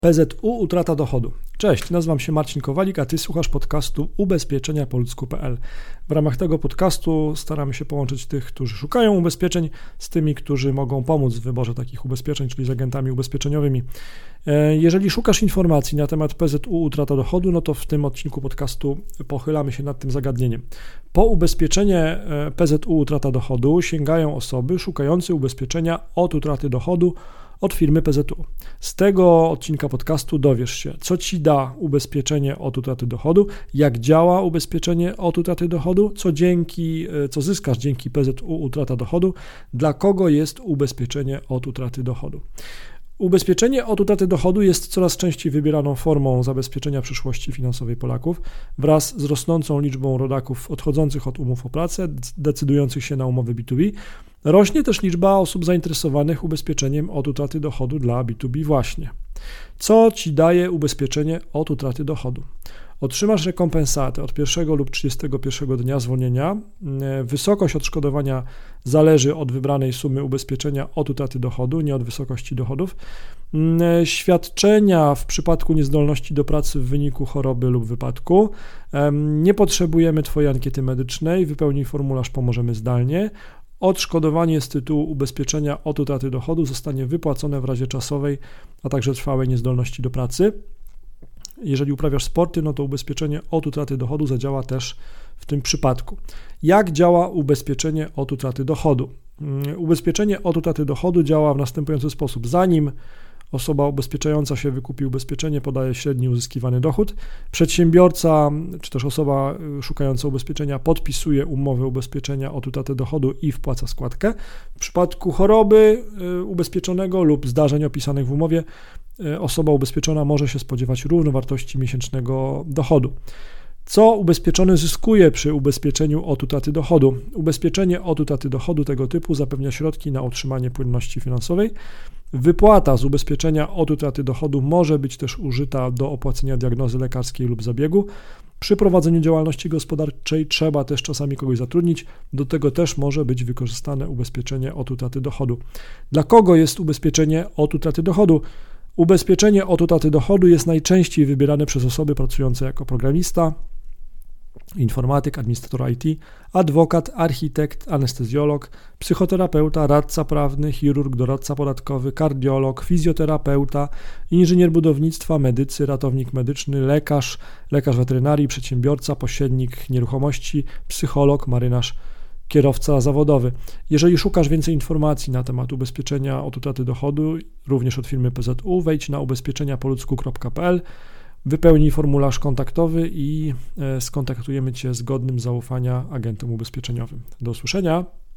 PZU utrata dochodu. Cześć, nazywam się Marcin Kowalik, a Ty słuchasz podcastu ubezpieczenia po ludzku.pl. W ramach tego podcastu staramy się połączyć tych, którzy szukają ubezpieczeń z tymi, którzy mogą pomóc w wyborze takich ubezpieczeń, czyli z agentami ubezpieczeniowymi. Jeżeli szukasz informacji na temat PZU utrata dochodu, no to w tym odcinku podcastu pochylamy się nad tym zagadnieniem. Po ubezpieczenie PZU utrata dochodu sięgają osoby szukające ubezpieczenia od utraty dochodu od firmy PZU. Z tego odcinka podcastu dowiesz się, co Ci da ubezpieczenie od utraty dochodu, jak działa ubezpieczenie od utraty dochodu, co zyskasz dzięki PZU utrata dochodu, dla kogo jest ubezpieczenie od utraty dochodu. Ubezpieczenie od utraty dochodu jest coraz częściej wybieraną formą zabezpieczenia przyszłości finansowej Polaków wraz z rosnącą liczbą rodaków odchodzących od umów o pracę, decydujących się na umowy B2B. Rośnie też liczba osób zainteresowanych ubezpieczeniem od utraty dochodu dla B2B właśnie. Co Ci daje ubezpieczenie od utraty dochodu? Otrzymasz rekompensatę od pierwszego lub 31 dnia zwolnienia. Wysokość odszkodowania zależy od wybranej sumy ubezpieczenia od utraty dochodu, nie od wysokości dochodów. Świadczenia w przypadku niezdolności do pracy w wyniku choroby lub wypadku. Nie potrzebujemy Twojej ankiety medycznej, wypełnij formularz, pomożemy zdalnie. Odszkodowanie z tytułu ubezpieczenia od utraty dochodu zostanie wypłacone w razie czasowej, a także trwałej niezdolności do pracy. Jeżeli uprawiasz sporty, no to ubezpieczenie od utraty dochodu zadziała też w tym przypadku. Jak działa ubezpieczenie od utraty dochodu? Ubezpieczenie od utraty dochodu działa w następujący sposób. Zanim osoba ubezpieczająca się wykupi ubezpieczenie, podaje średni uzyskiwany dochód. Przedsiębiorca czy też osoba szukająca ubezpieczenia podpisuje umowę ubezpieczenia od utraty dochodu i wpłaca składkę. W przypadku choroby ubezpieczonego lub zdarzeń opisanych w umowie osoba ubezpieczona może się spodziewać równowartości miesięcznego dochodu. Co ubezpieczony zyskuje przy ubezpieczeniu od utraty dochodu? Ubezpieczenie od utraty dochodu tego typu zapewnia środki na utrzymanie płynności finansowej. Wypłata z ubezpieczenia od utraty dochodu może być też użyta do opłacenia diagnozy lekarskiej lub zabiegu. Przy prowadzeniu działalności gospodarczej trzeba też czasami kogoś zatrudnić. Do tego też może być wykorzystane ubezpieczenie od utraty dochodu. Dla kogo jest ubezpieczenie od utraty dochodu? Ubezpieczenie od utraty dochodu jest najczęściej wybierane przez osoby pracujące jako programista, informatyk, administrator IT, adwokat, architekt, anestezjolog, psychoterapeuta, radca prawny, chirurg, doradca podatkowy, kardiolog, fizjoterapeuta, inżynier budownictwa, medycy, ratownik medyczny, lekarz weterynarii, przedsiębiorca, pośrednik nieruchomości, psycholog, marynarz, kierowca zawodowy. Jeżeli szukasz więcej informacji na temat ubezpieczenia od utraty dochodu, również od firmy PZU, wejdź na ubezpieczeniapoludzku.pl, wypełnij formularz kontaktowy i skontaktujemy Cię z godnym zaufania agentem ubezpieczeniowym. Do usłyszenia.